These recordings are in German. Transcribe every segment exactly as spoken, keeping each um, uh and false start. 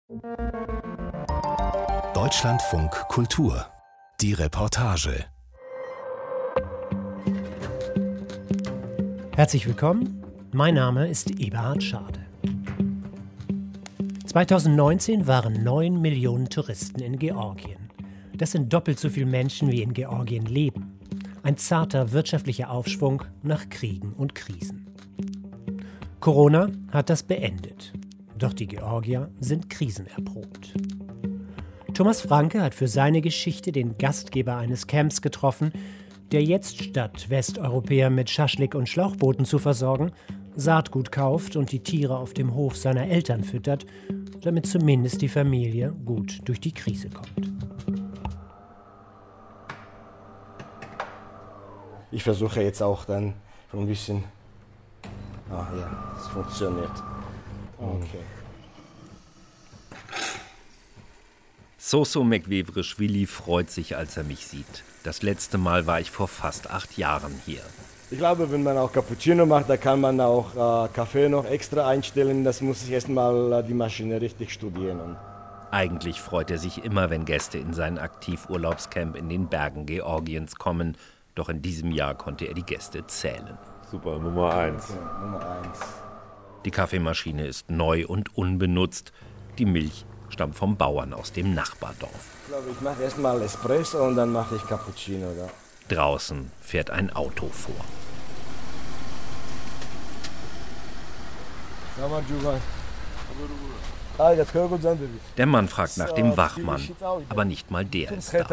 Deutschlandfunk Kultur. Die Reportage. Herzlich willkommen, mein Name ist Eberhard Schade. zweitausendneunzehn waren neun Millionen Touristen in Georgien. Das sind doppelt so viele Menschen, wie in Georgien leben. Ein zarter wirtschaftlicher Aufschwung nach Kriegen und Krisen. Corona hat das beendet. Doch die Georgier sind krisenerprobt. Thomas Franke hat für seine Geschichte den Gastgeber eines Camps getroffen, der jetzt statt Westeuropäer mit Schaschlik und Schlauchbooten zu versorgen, Saatgut kauft und die Tiere auf dem Hof seiner Eltern füttert, damit zumindest die Familie gut durch die Krise kommt. Ich versuche jetzt auch dann schon ein bisschen... Ah ja, es funktioniert. Okay. Soso Mekvevrischwili freut sich, als er mich sieht. Das letzte Mal war ich vor fast acht Jahren hier. Ich glaube, wenn man auch Cappuccino macht, da kann man auch äh, Kaffee noch extra einstellen. Das muss ich erstmal äh, die Maschine richtig studieren. Eigentlich freut er sich immer, wenn Gäste in sein Aktivurlaubscamp in den Bergen Georgiens kommen. Doch in diesem Jahr konnte er die Gäste zählen. Super, Nummer eins. Okay, Nummer eins. Die Kaffeemaschine ist neu und unbenutzt. Die Milch stammt vom Bauern aus dem Nachbardorf. Ich glaube, ich mache erstmal Espresso und dann mache ich Cappuccino. Ja. Draußen fährt ein Auto vor. Der Mann fragt nach dem Wachmann, aber nicht mal der ist da.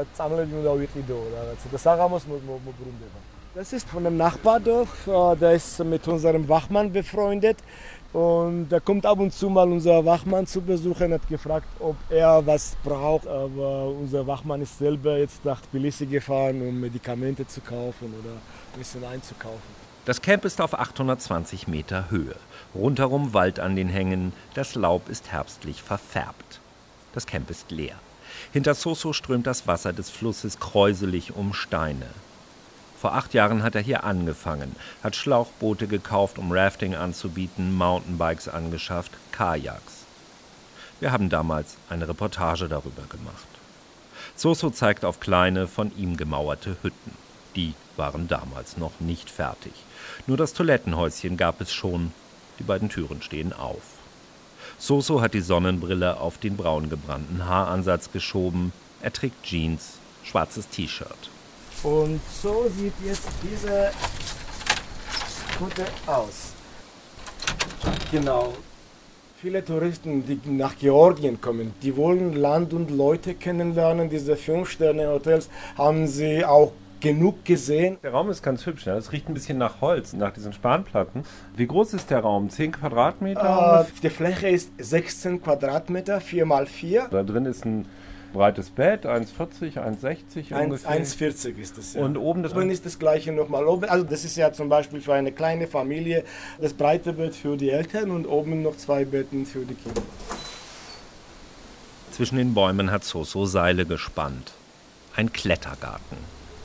Das ist von dem Nachbardorf, der ist mit unserem Wachmann befreundet. Und da kommt ab und zu mal unser Wachmann zu Besuch und hat gefragt, ob er was braucht. Aber unser Wachmann ist selber jetzt nach Tbilisi gefahren, um Medikamente zu kaufen oder ein bisschen einzukaufen. Das Camp ist auf achthundertzwanzig Meter Höhe. Rundherum Wald an den Hängen, das Laub ist herbstlich verfärbt. Das Camp ist leer. Hinter Soso strömt das Wasser des Flusses kräuselig um Steine. Vor acht Jahren hat er hier angefangen, hat Schlauchboote gekauft, um Rafting anzubieten, Mountainbikes angeschafft, Kajaks. Wir haben damals eine Reportage darüber gemacht. Soso zeigt auf kleine, von ihm gemauerte Hütten. Die waren damals noch nicht fertig. Nur das Toilettenhäuschen gab es schon, die beiden Türen stehen auf. Soso hat die Sonnenbrille auf den braun gebrannten Haaransatz geschoben. Er trägt Jeans, schwarzes T-Shirt. Und so sieht jetzt diese Hütte aus. Genau. Viele Touristen, die nach Georgien kommen, die wollen Land und Leute kennenlernen. Diese Fünf-Sterne-Hotels haben sie auch genug gesehen. Der Raum ist ganz hübsch, ne? Es riecht ein bisschen nach Holz, nach diesen Spanplatten. Wie groß ist der Raum? zehn Quadratmeter? Äh, die Fläche ist sechzehn Quadratmeter, vier mal vier. Da drin ist ein breites Bett, eins vierzig, eins sechzig ungefähr. eins vierzig ist das, ja. Und oben das oben ist das gleiche nochmal oben. Also das ist ja zum Beispiel für eine kleine Familie das breite Bett für die Eltern und oben noch zwei Betten für die Kinder. Zwischen den Bäumen hat Soso Seile gespannt. Ein Klettergarten.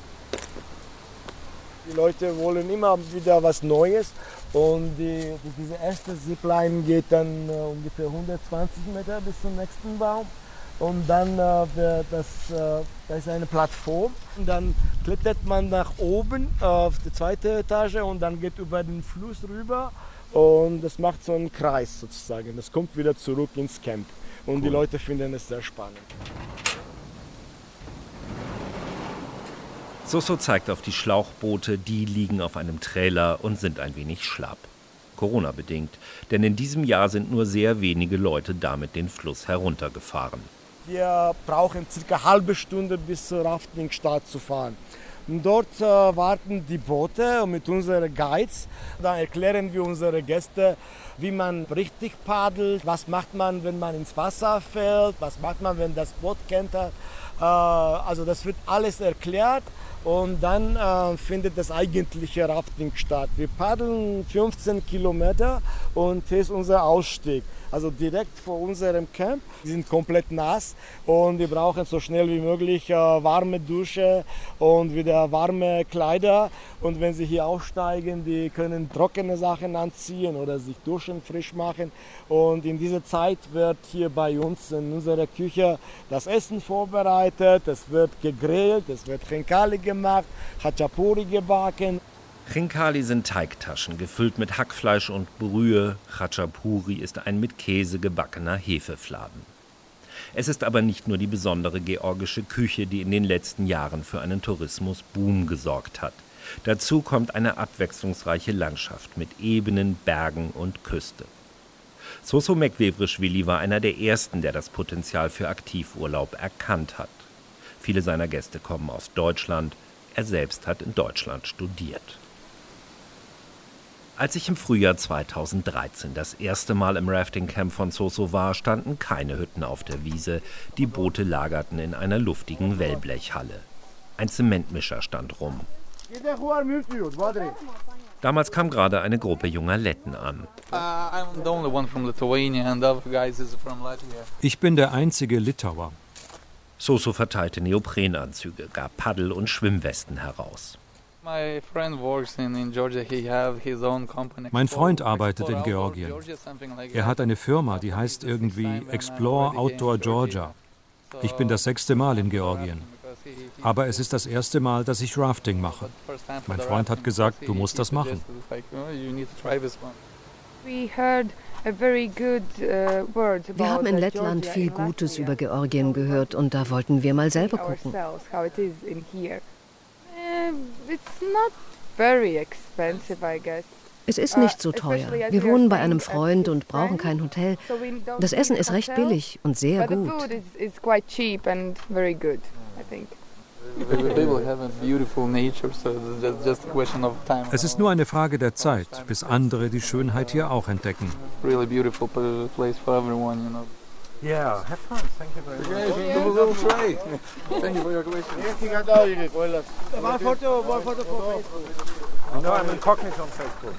Die Leute wollen immer wieder was Neues und die, diese erste Zipline geht dann äh, ungefähr hundertzwanzig Meter bis zum nächsten Baum. Und dann äh, wird das, äh, da ist eine Plattform und dann klettert man nach oben äh, auf die zweite Etage und dann geht über den Fluss rüber und das macht so einen Kreis sozusagen. Das kommt wieder zurück ins Camp und cool. Die Leute finden es sehr spannend. Soso zeigt auf die Schlauchboote, die liegen auf einem Trailer und sind ein wenig schlapp. Corona-bedingt, denn in diesem Jahr sind nur sehr wenige Leute damit den Fluss heruntergefahren. Wir brauchen circa eine halbe Stunde bis zur Raftingstadt zu fahren. Und dort äh, warten die Boote mit unseren Guides. Da erklären wir unsere Gäste, wie man richtig paddelt, was macht man, wenn man ins Wasser fällt, was macht man, wenn das Boot kentert. Äh, also das wird alles erklärt und dann äh, findet das eigentliche Rafting statt. Wir paddeln fünfzehn Kilometer und hier ist unser Ausstieg. also direkt vor unserem Camp. Die sind komplett nass und die brauchen so schnell wie möglich äh, warme Dusche und wieder warme Kleider. Und wenn sie hier aussteigen, die können trockene Sachen anziehen oder sich duschen, frisch machen. Und in dieser Zeit wird hier bei uns in unserer Küche das Essen vorbereitet, es wird gegrillt, es wird Khinkali gemacht, Khachapuri gebacken. Khinkali sind Teigtaschen, gefüllt mit Hackfleisch und Brühe. Khachapuri ist ein mit Käse gebackener Hefefladen. Es ist aber nicht nur die besondere georgische Küche, die in den letzten Jahren für einen Tourismusboom gesorgt hat. Dazu kommt eine abwechslungsreiche Landschaft mit Ebenen, Bergen und Küste. Soso Mekvevrischvili war einer der ersten, der das Potenzial für Aktivurlaub erkannt hat. Viele seiner Gäste kommen aus Deutschland. Er selbst hat in Deutschland studiert. Als ich im Frühjahr zweitausenddreizehn das erste Mal im Rafting-Camp von Soso war, standen keine Hütten auf der Wiese. Die Boote lagerten in einer luftigen Wellblechhalle. Ein Zementmischer stand rum. Damals kam gerade eine Gruppe junger Letten an. Ich bin der einzige Litauer. Soso verteilte Neoprenanzüge, gab Paddel- und Schwimmwesten heraus. Mein Freund arbeitet in Georgien. Er hat eine Firma, die heißt irgendwie Explore Outdoor Georgia. Ich bin das sechste Mal in Georgien. Aber es ist das erste Mal, dass ich Rafting mache. Mein Freund hat gesagt, du musst das machen. Wir haben in Lettland viel Gutes über Georgien gehört und da wollten wir mal selber gucken. Es ist nicht so teuer. Wir wohnen bei einem Freund und brauchen kein Hotel. Das Essen ist recht billig und sehr gut. Es ist nur eine Frage der Zeit, bis andere die Schönheit hier auch entdecken. Yeah, have fun. Thank you very much. Thank you for your question. One photo, one photo for Facebook. No, I'm incognito on Facebook.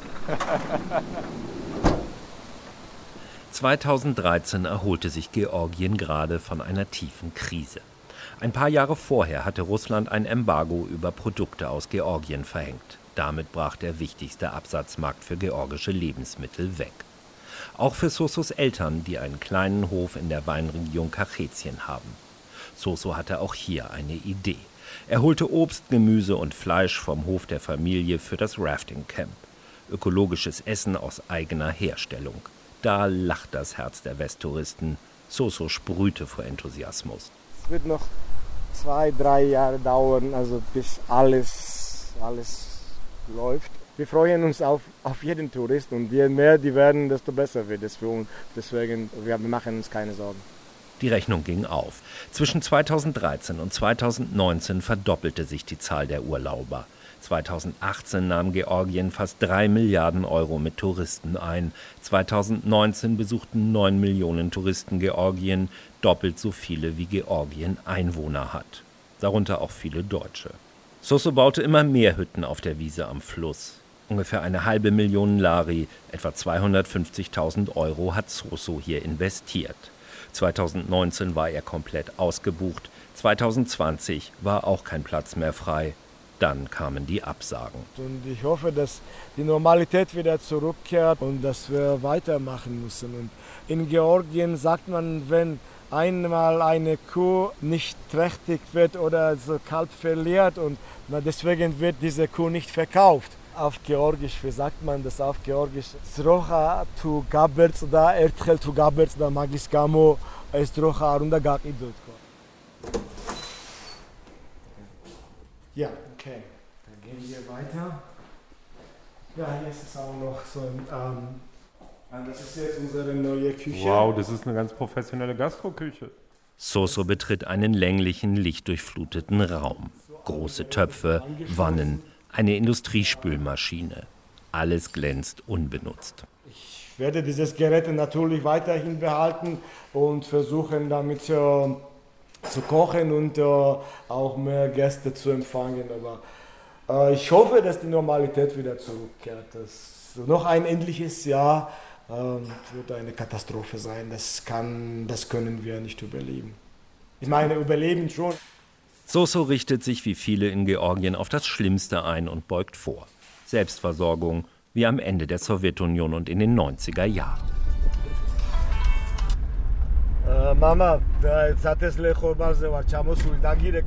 zweitausenddreizehn erholte sich Georgien gerade von einer tiefen Krise. Ein paar Jahre vorher hatte Russland ein Embargo über Produkte aus Georgien verhängt. Damit brach der wichtigste Absatzmarkt für georgische Lebensmittel weg. Auch für Sosos Eltern, die einen kleinen Hof in der Weinregion Karchetien haben. Soso hatte auch hier eine Idee. Er holte Obst, Gemüse und Fleisch vom Hof der Familie für das Rafting-Camp. Ökologisches Essen aus eigener Herstellung. Da lacht das Herz der Westtouristen. Soso sprühte vor Enthusiasmus. Es wird noch zwei, drei Jahre dauern, also bis alles, alles läuft. Wir freuen uns auf, auf jeden Tourist und je mehr die werden, desto besser wird es für uns. Deswegen, wir machen uns keine Sorgen. Die Rechnung ging auf. Zwischen zweitausenddreizehn und zweitausendneunzehn verdoppelte sich die Zahl der Urlauber. zweitausendachtzehn nahm Georgien fast drei Milliarden Euro mit Touristen ein. zweitausendneunzehn besuchten neun Millionen Touristen Georgien, doppelt so viele wie Georgien Einwohner hat. Darunter auch viele Deutsche. Soso baute immer mehr Hütten auf der Wiese am Fluss. Ungefähr eine halbe Million Lari, etwa zweihundertfünfzigtausend Euro, hat Soso hier investiert. zweitausendneunzehn war er komplett ausgebucht. zweitausendzwanzig war auch kein Platz mehr frei. Dann kamen die Absagen. Und ich hoffe, dass die Normalität wieder zurückkehrt und dass wir weitermachen müssen. Und in Georgien sagt man, wenn einmal eine Kuh nicht trächtig wird oder so Kalb verliert und deswegen wird diese Kuh nicht verkauft. Auf Georgisch, wie sagt man das auf Georgisch? Zrocha tu gaberts da, ertchel tu gaberts da magis gamo, estrocha arunda gak idut. Ja, okay. Dann gehen wir weiter. Ja, hier ist es auch noch so ein, ähm, das ist jetzt unsere neue Küche. Wow, das ist eine ganz professionelle Gastroküche. Soso betritt einen länglichen, lichtdurchfluteten Raum. Große Töpfe, Wannen, eine Industriespülmaschine. Alles glänzt unbenutzt. Ich werde dieses Gerät natürlich weiterhin behalten und versuchen damit äh, zu kochen und äh, auch mehr Gäste zu empfangen. Aber äh, ich hoffe, dass die Normalität wieder zurückkehrt. Dass noch ein endliches Jahr, äh, ähm, wird eine Katastrophe sein. Das, kann, das können wir nicht überleben. Ich meine, überleben schon. Soso richtet sich wie viele in Georgien auf das Schlimmste ein und beugt vor. Selbstversorgung, wie am Ende der Sowjetunion und in den neunziger Jahren. Äh, Mama, jetzt hat es Wir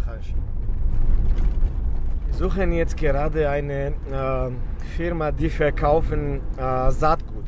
suchen jetzt gerade eine äh, Firma, die verkaufen äh, Saatgut.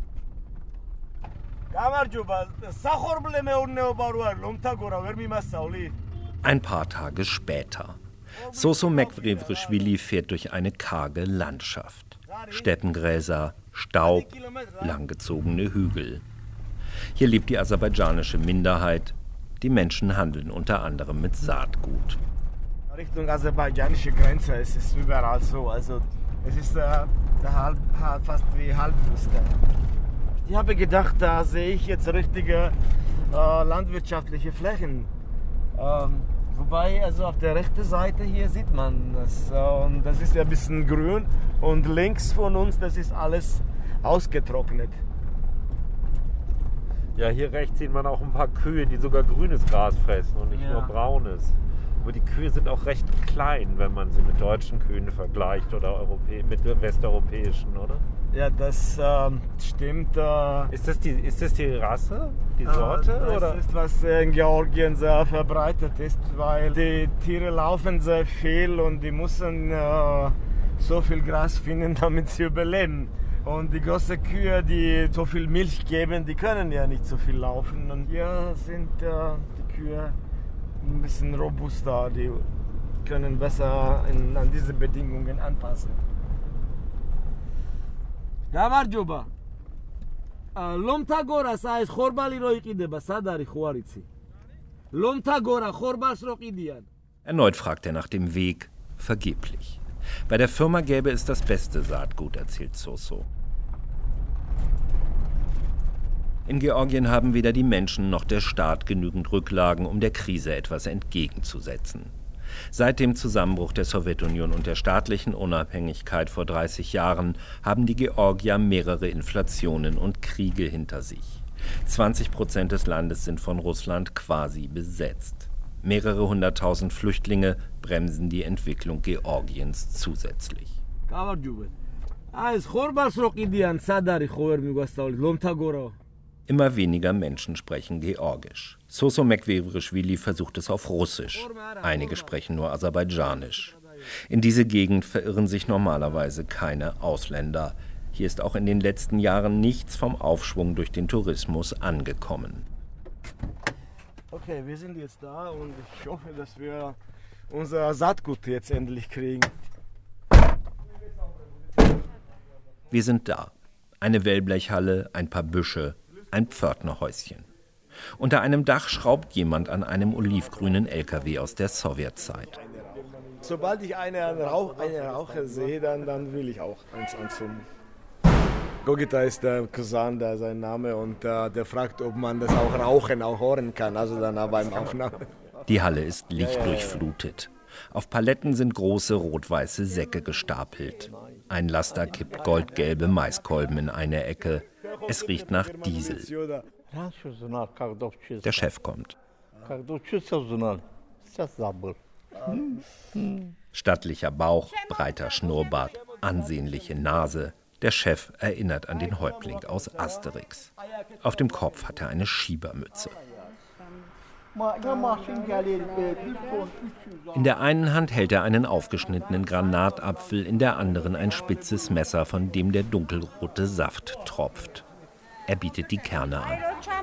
Ein paar Tage später. Soso Mekvrevrischwili fährt durch eine karge Landschaft. Steppengräser, Staub, langgezogene Hügel. Hier lebt die aserbaidschanische Minderheit. Die Menschen handeln unter anderem mit Saatgut. Richtung aserbaidschanische Grenze, es ist überall so. Also es ist äh, halb, fast wie Halbwüste. Ich habe gedacht, da sehe ich jetzt richtige äh, landwirtschaftliche Flächen. Ähm, wobei, also auf der rechten Seite hier sieht man das. Äh, und das ist ja ein bisschen grün. Und links von uns, das ist alles ausgetrocknet. Ja, hier rechts sieht man auch ein paar Kühe, die sogar grünes Gras fressen und nicht ja. nur braunes. Aber die Kühe sind auch recht klein, wenn man sie mit deutschen Kühen vergleicht oder Europä- mit westeuropäischen, oder? Ja, das ähm, stimmt. Äh, ist, das die, ist das die Rasse, die Sorte? Äh, das oder? ist, was in Georgien sehr verbreitet ist, weil die Tiere laufen sehr viel und die müssen äh, so viel Gras finden, damit sie überleben. Und die großen Kühe, die so viel Milch geben, die können ja nicht so viel laufen. Und hier sind äh, die Kühe ein bisschen robuster, die können besser in, an diese Bedingungen anpassen. Gamarjuba. Lomtagora sais khorbali ro iqideba sadari khuarici. Lomtagora khorbas ro iqidian. Erneut fragt er nach dem Weg, vergeblich. Bei der Firma gäbe es das beste Saatgut, erzählt Soso. In Georgien haben weder die Menschen noch der Staat genügend Rücklagen, um der Krise etwas entgegenzusetzen. Seit dem Zusammenbruch der Sowjetunion und der staatlichen Unabhängigkeit vor dreißig Jahren haben die Georgier mehrere Inflationen und Kriege hinter sich. zwanzig Prozent des Landes sind von Russland quasi besetzt. Mehrere hunderttausend Flüchtlinge bremsen die Entwicklung Georgiens zusätzlich. Immer weniger Menschen sprechen Georgisch. Soso Mekvrevrischwili versucht es auf Russisch. Einige sprechen nur Aserbaidschanisch. In diese Gegend verirren sich normalerweise keine Ausländer. Hier ist auch in den letzten Jahren nichts vom Aufschwung durch den Tourismus angekommen. Okay, wir sind jetzt da und ich hoffe, dass wir unser Saatgut jetzt endlich kriegen. Wir sind da. Eine Wellblechhalle, ein paar Büsche, ein Pförtnerhäuschen. Unter einem Dach schraubt jemand an einem olivgrünen L K W aus der Sowjetzeit. Sobald ich einen, Rauch, einen Raucher sehe, dann, dann will ich auch eins anzünden. Gogita ist der Cousin, der sein Name, und uh, der fragt, ob man das auch rauchen, auch hören kann, also dann beim Aufnahme. Die Halle ist lichtdurchflutet. Auf Paletten sind große rot-weiße Säcke gestapelt. Ein Laster kippt goldgelbe Maiskolben in eine Ecke. Es riecht nach Diesel. Der Chef kommt. Stattlicher Bauch, breiter Schnurrbart, ansehnliche Nase. Der Chef erinnert an den Häuptling aus Asterix. Auf dem Kopf hat er eine Schiebermütze. In der einen Hand hält er einen aufgeschnittenen Granatapfel, in der anderen ein spitzes Messer, von dem der dunkelrote Saft tropft. Er bietet die Kerne an.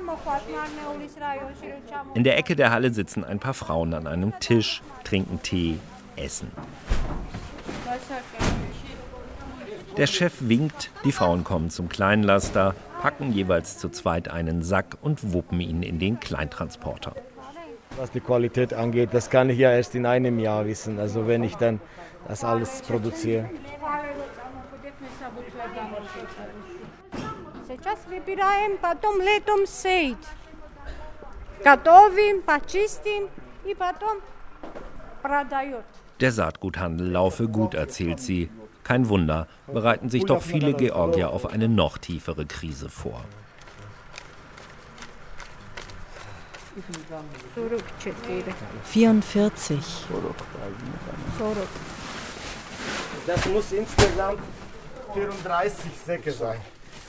In der Ecke der Halle sitzen ein paar Frauen an einem Tisch, trinken Tee, essen. Der Chef winkt, die Frauen kommen zum Kleinlaster, packen jeweils zu zweit einen Sack und wuppen ihn in den Kleintransporter. Was die Qualität angeht, das kann ich ja erst in einem Jahr wissen, also wenn ich dann das alles produziere. Der Saatguthandel laufe gut, erzählt sie. Kein Wunder, bereiten sich doch viele Georgier auf eine noch tiefere Krise vor. vierundvierzig. Das muss insgesamt vierunddreißig Säcke sein.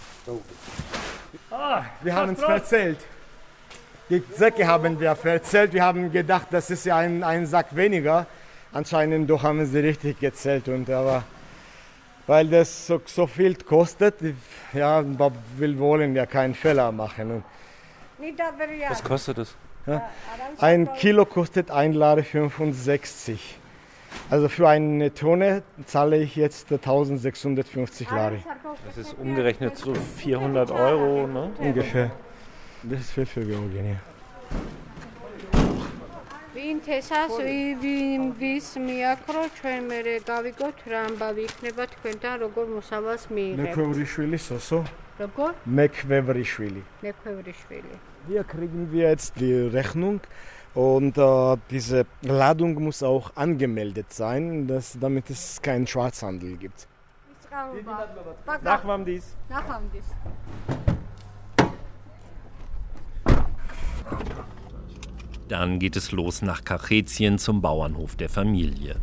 Ah, wir haben uns verzählt. Die Säcke haben wir verzählt. Wir haben gedacht, das ist ja ein, ein Sack weniger. Anscheinend doch haben sie richtig gezählt. Und, aber weil das so, so viel kostet, ja, wir wollen ja keinen Fehler machen. Und was kostet es? Ja, ein Kilo kostet ein Lari fünfundsechzig. Also für eine Tonne zahle ich jetzt eintausendsechshundertfünfzig Lari. Das ist umgerechnet so vierhundert Euro, ne? Ungefähr. Das ist viel für Georgien, ja. Mekwevrischvili, Soso. Mekwevrischvili. Hier kriegen wir jetzt die Rechnung. Und äh, diese Ladung muss auch angemeldet sein, dass, damit es keinen Schwarzhandel gibt. Nachwamdis. Dann geht es los nach Kachetien zum Bauernhof der Familie.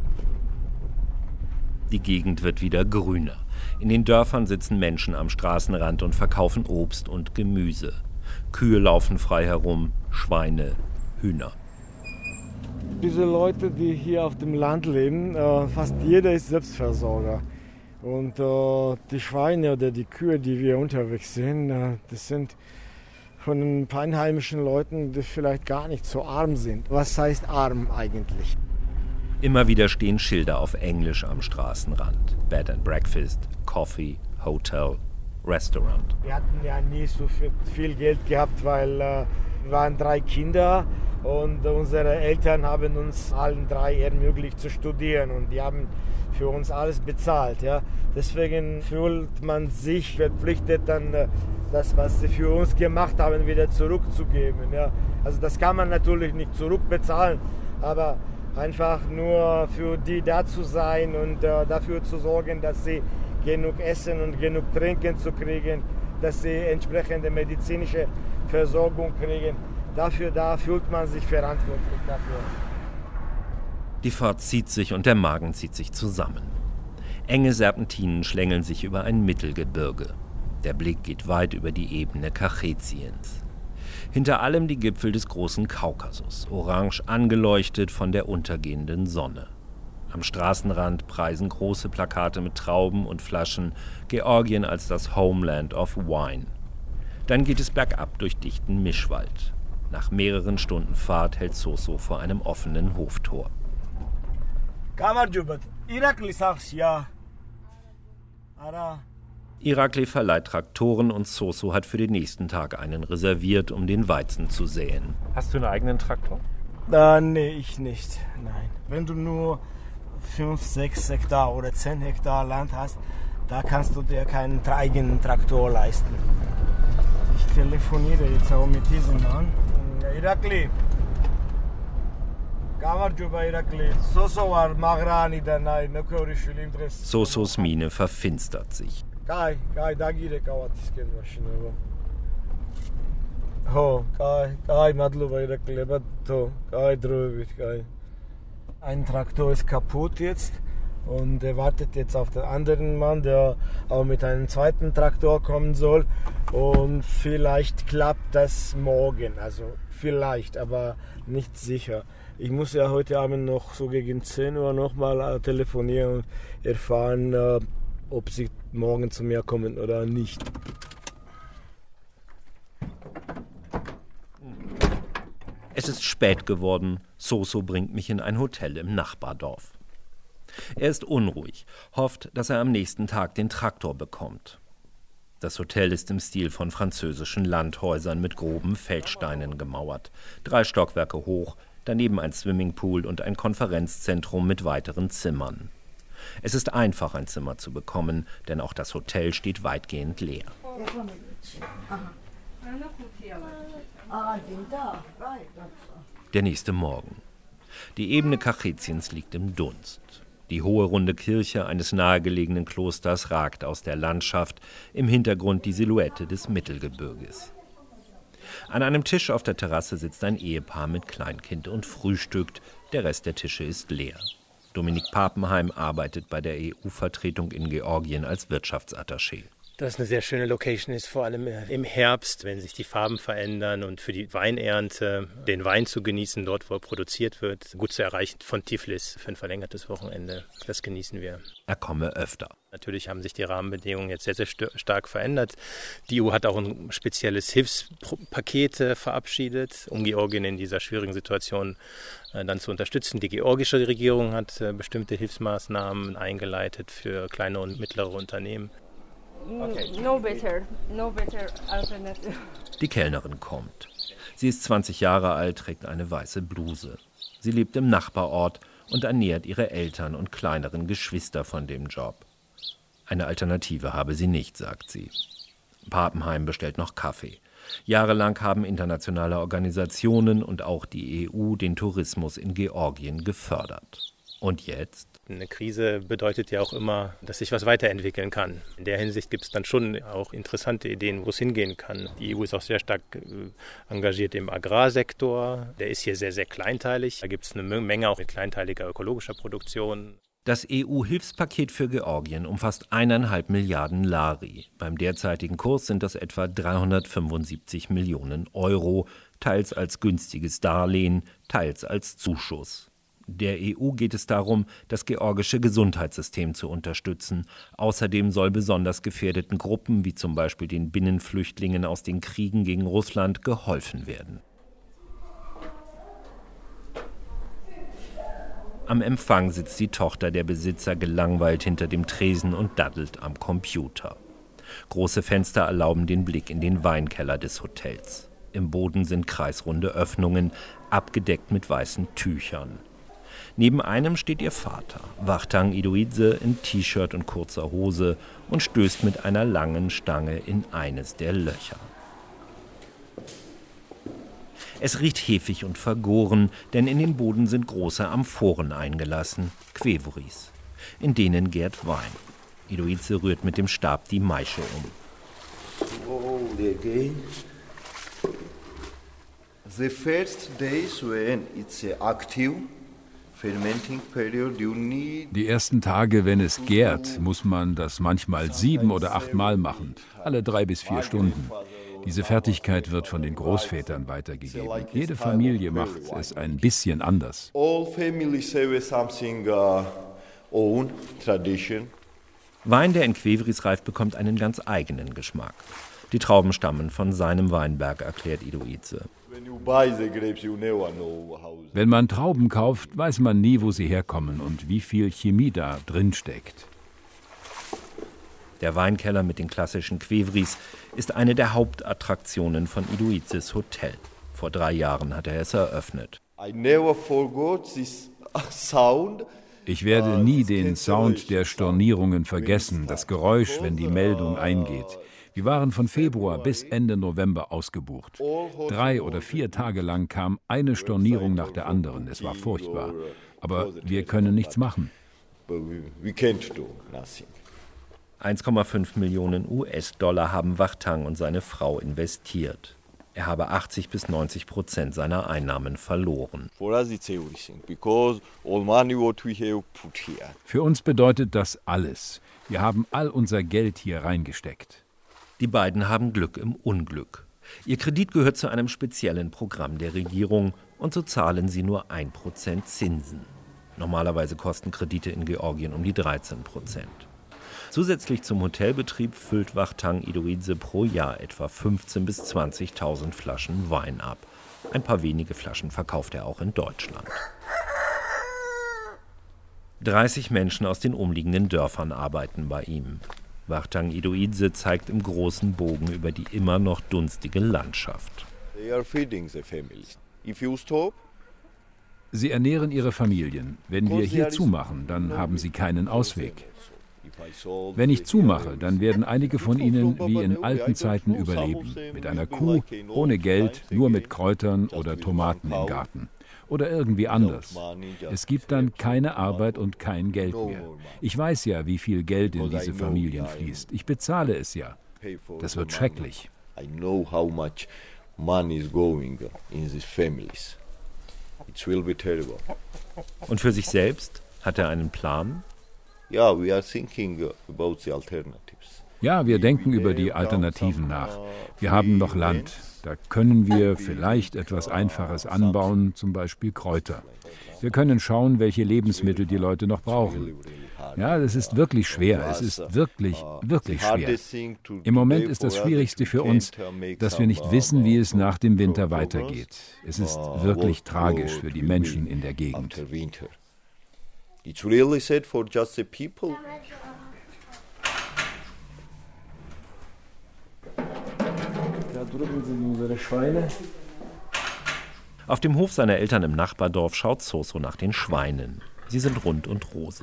Die Gegend wird wieder grüner. In den Dörfern sitzen Menschen am Straßenrand und verkaufen Obst und Gemüse. Kühe laufen frei herum, Schweine, Hühner. Diese Leute, die hier auf dem Land leben, äh, fast jeder ist Selbstversorger. Und äh, die Schweine oder die Kühe, die wir unterwegs sehen, äh, das sind von ein paar einheimischen Leuten, die vielleicht gar nicht so arm sind. Was heißt arm eigentlich? Immer wieder stehen Schilder auf Englisch am Straßenrand. Bed and Breakfast, Coffee, Hotel, Restaurant. Wir hatten ja nie so viel, viel Geld gehabt, weil äh, wir waren drei Kinder und unsere Eltern haben uns allen drei ermöglicht zu studieren und die haben für uns alles bezahlt. Ja. Deswegen fühlt man sich verpflichtet, dann äh, das, was sie für uns gemacht haben, wieder zurückzugeben. Ja. Also das kann man natürlich nicht zurückbezahlen, aber einfach nur für die da zu sein und äh, dafür zu sorgen, dass sie genug Essen und genug Trinken zu kriegen, dass sie entsprechende medizinische Versorgung kriegen. Dafür da fühlt man sich verantwortlich dafür. Die Fahrt zieht sich und der Magen zieht sich zusammen. Enge Serpentinen schlängeln sich über ein Mittelgebirge. Der Blick geht weit über die Ebene Kachetiens. Hinter allem die Gipfel des großen Kaukasus, orange angeleuchtet von der untergehenden Sonne. Am Straßenrand preisen große Plakate mit Trauben und Flaschen Georgien als das Homeland of Wine. Dann geht es bergab durch dichten Mischwald. Nach mehreren Stunden Fahrt hält Soso vor einem offenen Hoftor. Irakli verleiht Traktoren und Soso hat für den nächsten Tag einen reserviert, um den Weizen zu säen. Hast du einen eigenen Traktor? Äh, nee, ich nicht. Nein. Wenn du nur fünf, sechs Hektar oder zehn Hektar Land hast, da kannst du dir keinen eigenen Traktor leisten. Ich telefoniere jetzt auch mit diesem Mann. Irakli. Sosos Miene verfinstert sich. Ein Traktor ist kaputt jetzt und er wartet jetzt auf den anderen Mann, der auch mit einem zweiten Traktor kommen soll. Und vielleicht klappt das morgen, also vielleicht, aber nicht sicher. Ich muss ja heute Abend noch so gegen zehn Uhr nochmal telefonieren und erfahren, äh, ob sie morgen zu mir kommen oder nicht. Es ist spät geworden. Soso bringt mich in ein Hotel im Nachbardorf. Er ist unruhig, hofft, dass er am nächsten Tag den Traktor bekommt. Das Hotel ist im Stil von französischen Landhäusern mit groben Feldsteinen gemauert. Drei Stockwerke hoch, daneben ein Swimmingpool und ein Konferenzzentrum mit weiteren Zimmern. Es ist einfach, ein Zimmer zu bekommen, denn auch das Hotel steht weitgehend leer. Der nächste Morgen. Die Ebene Kachetiens liegt im Dunst. Die hohe runde Kirche eines nahegelegenen Klosters ragt aus der Landschaft, im Hintergrund die Silhouette des Mittelgebirges. An einem Tisch auf der Terrasse sitzt ein Ehepaar mit Kleinkind und frühstückt, der Rest der Tische ist leer. Dominik Papenheim arbeitet bei der E U-Vertretung in Georgien als Wirtschaftsattaché. Das ist eine sehr schöne Location ist, vor allem im Herbst, wenn sich die Farben verändern und für die Weinernte den Wein zu genießen, dort wo er produziert wird, gut zu erreichen von Tiflis für ein verlängertes Wochenende. Das genießen wir. Er komme öfter. Natürlich haben sich die Rahmenbedingungen jetzt sehr, sehr st- stark verändert. Die E U hat auch ein spezielles Hilfspaket verabschiedet, um Georgien in dieser schwierigen Situation äh, dann zu unterstützen. Die georgische Regierung hat äh, bestimmte Hilfsmaßnahmen eingeleitet für kleine und mittlere Unternehmen. Okay. No better, no better alternative. Die Kellnerin kommt. Sie ist zwanzig Jahre alt, trägt eine weiße Bluse. Sie lebt im Nachbarort und ernährt ihre Eltern und kleineren Geschwister von dem Job. Eine Alternative habe sie nicht, sagt sie. Papenheim bestellt noch Kaffee. Jahrelang haben internationale Organisationen und auch die E U den Tourismus in Georgien gefördert. Und jetzt? Eine Krise bedeutet ja auch immer, dass sich was weiterentwickeln kann. In der Hinsicht gibt es dann schon auch interessante Ideen, wo es hingehen kann. Die E U ist auch sehr stark engagiert im Agrarsektor. Der ist hier sehr, sehr kleinteilig. Da gibt es eine Menge auch mit kleinteiliger ökologischer Produktion. Das E U-Hilfspaket für Georgien umfasst eineinhalb Milliarden Lari. Beim derzeitigen Kurs sind das etwa dreihundertfünfundsiebzig Millionen Euro, teils als günstiges Darlehen, teils als Zuschuss. Der E U geht es darum, das georgische Gesundheitssystem zu unterstützen. Außerdem soll besonders gefährdeten Gruppen, wie zum Beispiel den Binnenflüchtlingen aus den Kriegen gegen Russland, geholfen werden. Am Empfang sitzt die Tochter der Besitzer gelangweilt hinter dem Tresen und daddelt am Computer. Große Fenster erlauben den Blick in den Weinkeller des Hotels. Im Boden sind kreisrunde Öffnungen, abgedeckt mit weißen Tüchern. Neben einem steht ihr Vater, Vakhtang Idoidze, in T-Shirt und kurzer Hose und stößt mit einer langen Stange in eines der Löcher. Es riecht hefig und vergoren, denn in den Boden sind große Amphoren eingelassen, Quevuris. In denen gärt Wein. Idoidze rührt mit dem Stab die Maische um. Oh, again. The first days when it's active. Die ersten Tage, wenn es gärt, muss man das manchmal sieben oder acht Mal machen, alle drei bis vier Stunden. Diese Fertigkeit wird von den Großvätern weitergegeben. Jede Familie macht es ein bisschen anders. Wein, der in Quevuris reift, bekommt einen ganz eigenen Geschmack. Die Trauben stammen von seinem Weinberg, erklärt Idoidze. Wenn man Trauben kauft, weiß man nie, wo sie herkommen und wie viel Chemie da drin steckt. Der Weinkeller mit den klassischen Quevuris ist eine der Hauptattraktionen von Idoidzes Hotel. Vor drei Jahren hat er es eröffnet. Ich werde nie den Sound der Stornierungen vergessen, das Geräusch, wenn die Meldung eingeht. Wir waren von Februar bis Ende November ausgebucht. Drei oder vier Tage lang kam eine Stornierung nach der anderen. Es war furchtbar. Aber wir können nichts machen. eins Komma fünf Millionen U S-Dollar haben Vakhtang und seine Frau investiert. Er habe achtzig bis neunzig Prozent seiner Einnahmen verloren. Für uns bedeutet das alles. Wir haben all unser Geld hier reingesteckt. Die beiden haben Glück im Unglück. Ihr Kredit gehört zu einem speziellen Programm der Regierung und so zahlen sie nur ein Prozent Zinsen. Normalerweise kosten Kredite in Georgien um die dreizehn Prozent. Zusätzlich zum Hotelbetrieb füllt Vakhtang Idoidze pro Jahr etwa fünfzehntausend bis zwanzigtausend Flaschen Wein ab. Ein paar wenige Flaschen verkauft er auch in Deutschland. dreißig Menschen aus den umliegenden Dörfern arbeiten bei ihm. Vakhtang Idoidze zeigt im großen Bogen über die immer noch dunstige Landschaft. Sie ernähren ihre Familien. Wenn wir hier zumachen, dann haben sie keinen Ausweg. Wenn ich zumache, dann werden einige von ihnen wie in alten Zeiten überleben. Mit einer Kuh, ohne Geld, nur mit Kräutern oder Tomaten im Garten. oder irgendwie anders. Es gibt dann keine Arbeit und kein Geld mehr. Ich weiß ja, wie viel Geld in diese Familien fließt. Ich bezahle es ja. Das wird schrecklich. I know how much money is going in these families. It will be terrible. Und für sich selbst hat er einen Plan? Yeah, we are thinking about the alternatives. Ja, wir denken über die Alternativen nach. Wir haben noch Land. Da können wir vielleicht etwas Einfaches anbauen, zum Beispiel Kräuter. Wir können schauen, welche Lebensmittel die Leute noch brauchen. Ja, das ist wirklich schwer. Es ist wirklich, wirklich schwer. Im Moment ist das Schwierigste für uns, dass wir nicht wissen, wie es nach dem Winter weitergeht. Es ist wirklich tragisch für die Menschen in der Gegend. It's really sad for just the people. Da drüben sind unsere Schweine. Auf dem Hof seiner Eltern im Nachbardorf schaut Soso nach den Schweinen. Sie sind rund und rosig.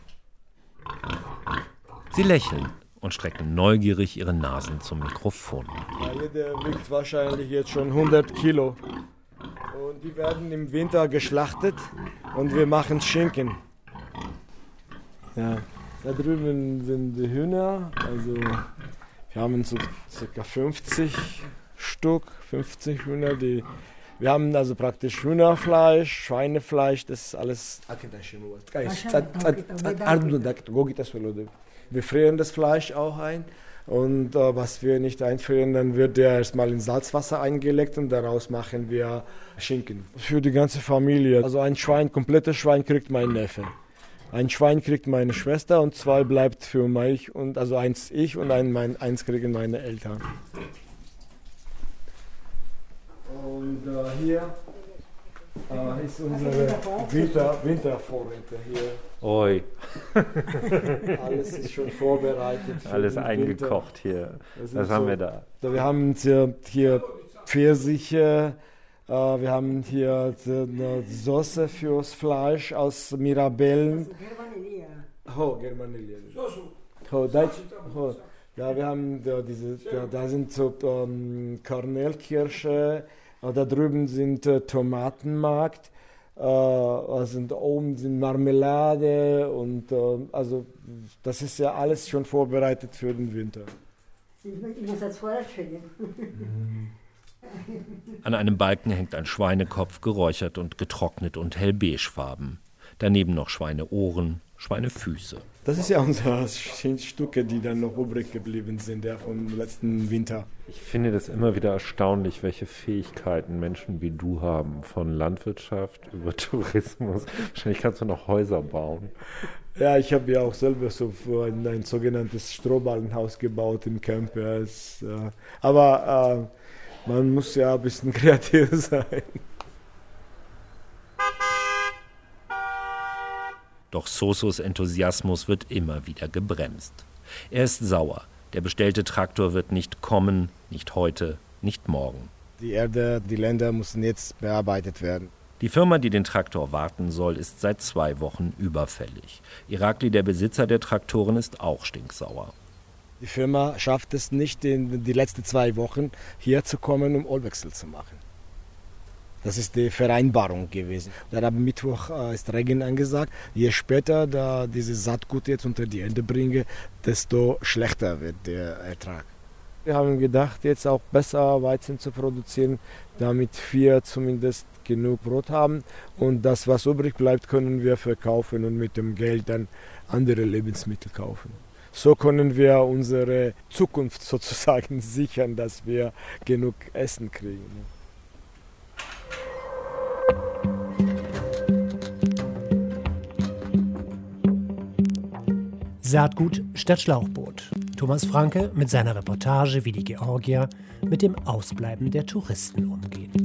Sie lächeln und strecken neugierig ihre Nasen zum Mikrofon. Ja, der wiegt wahrscheinlich jetzt schon hundert Kilo. Und die werden im Winter geschlachtet und wir machen Schinken. Ja, da drüben sind die Hühner. Also wir haben so ca. fünfzig Stück, fünfzig Hühner. Die, wir haben also praktisch Hühnerfleisch, Schweinefleisch, das ist alles. Wir frieren das Fleisch auch ein. Und äh, was wir nicht einfrieren, dann wird der erstmal in Salzwasser eingelegt und daraus machen wir Schinken. Für die ganze Familie. Also ein Schwein, komplettes Schwein kriegt mein Neffe. Ein Schwein kriegt meine Schwester und zwei bleibt für mich. Und also eins ich und ein, mein, eins kriegen meine Eltern. Und äh, hier äh, ist unsere Winter, Wintervorräte hier. Oi. Alles ist schon vorbereitet. Alles eingekocht Winter. Hier. Was haben so, wir da? Wir haben hier, hier Pfirsiche, äh, wir haben hier eine Soße fürs Fleisch aus Mirabellen. Oh, Germanilla. Oh, Deutsch. Oh. Ja, wir haben da, diese, da, da sind so ähm, Kornelkirsche, äh, da drüben sind äh, Tomatenmark. Uh, sind oben sind Marmelade und uh, also das ist ja alles schon vorbereitet für den Winter. An einem Balken hängt ein Schweinekopf, geräuchert und getrocknet und hellbeigefarben. Daneben noch Schweineohren, Schweinefüße. Das ist ja unsere Stücke, die dann noch übrig geblieben sind, ja, vom letzten Winter. Ich finde das immer wieder erstaunlich, welche Fähigkeiten Menschen wie du haben. Von Landwirtschaft über Tourismus. Wahrscheinlich kannst du noch Häuser bauen. Ja, ich habe ja auch selber so ein, ein sogenanntes Strohballenhaus gebaut im Camp. Ja, es, äh, aber äh, man muss ja ein bisschen kreativ sein. Doch Sosos Enthusiasmus wird immer wieder gebremst. Er ist sauer. Der bestellte Traktor wird nicht kommen, nicht heute, nicht morgen. Die Erde, die Länder müssen jetzt bearbeitet werden. Die Firma, die den Traktor warten soll, ist seit zwei Wochen überfällig. Irakli, der Besitzer der Traktoren, ist auch stinksauer. Die Firma schafft es nicht, in die letzten zwei Wochen hier zu kommen, um Ölwechsel zu machen. Das ist die Vereinbarung gewesen. Dann am Mittwoch äh, ist Regen angesagt. Je später da diese Saatgut jetzt unter die Erde bringe, desto schlechter wird der Ertrag. Wir haben gedacht, jetzt auch besser Weizen zu produzieren, damit wir zumindest genug Brot haben. Und das, was übrig bleibt, können wir verkaufen und mit dem Geld dann andere Lebensmittel kaufen. So können wir unsere Zukunft sozusagen sichern, dass wir genug Essen kriegen. Saatgut statt Schlauchboot. Thomas Franke mit seiner Reportage, wie die Georgier mit dem Ausbleiben der Touristen umgehen.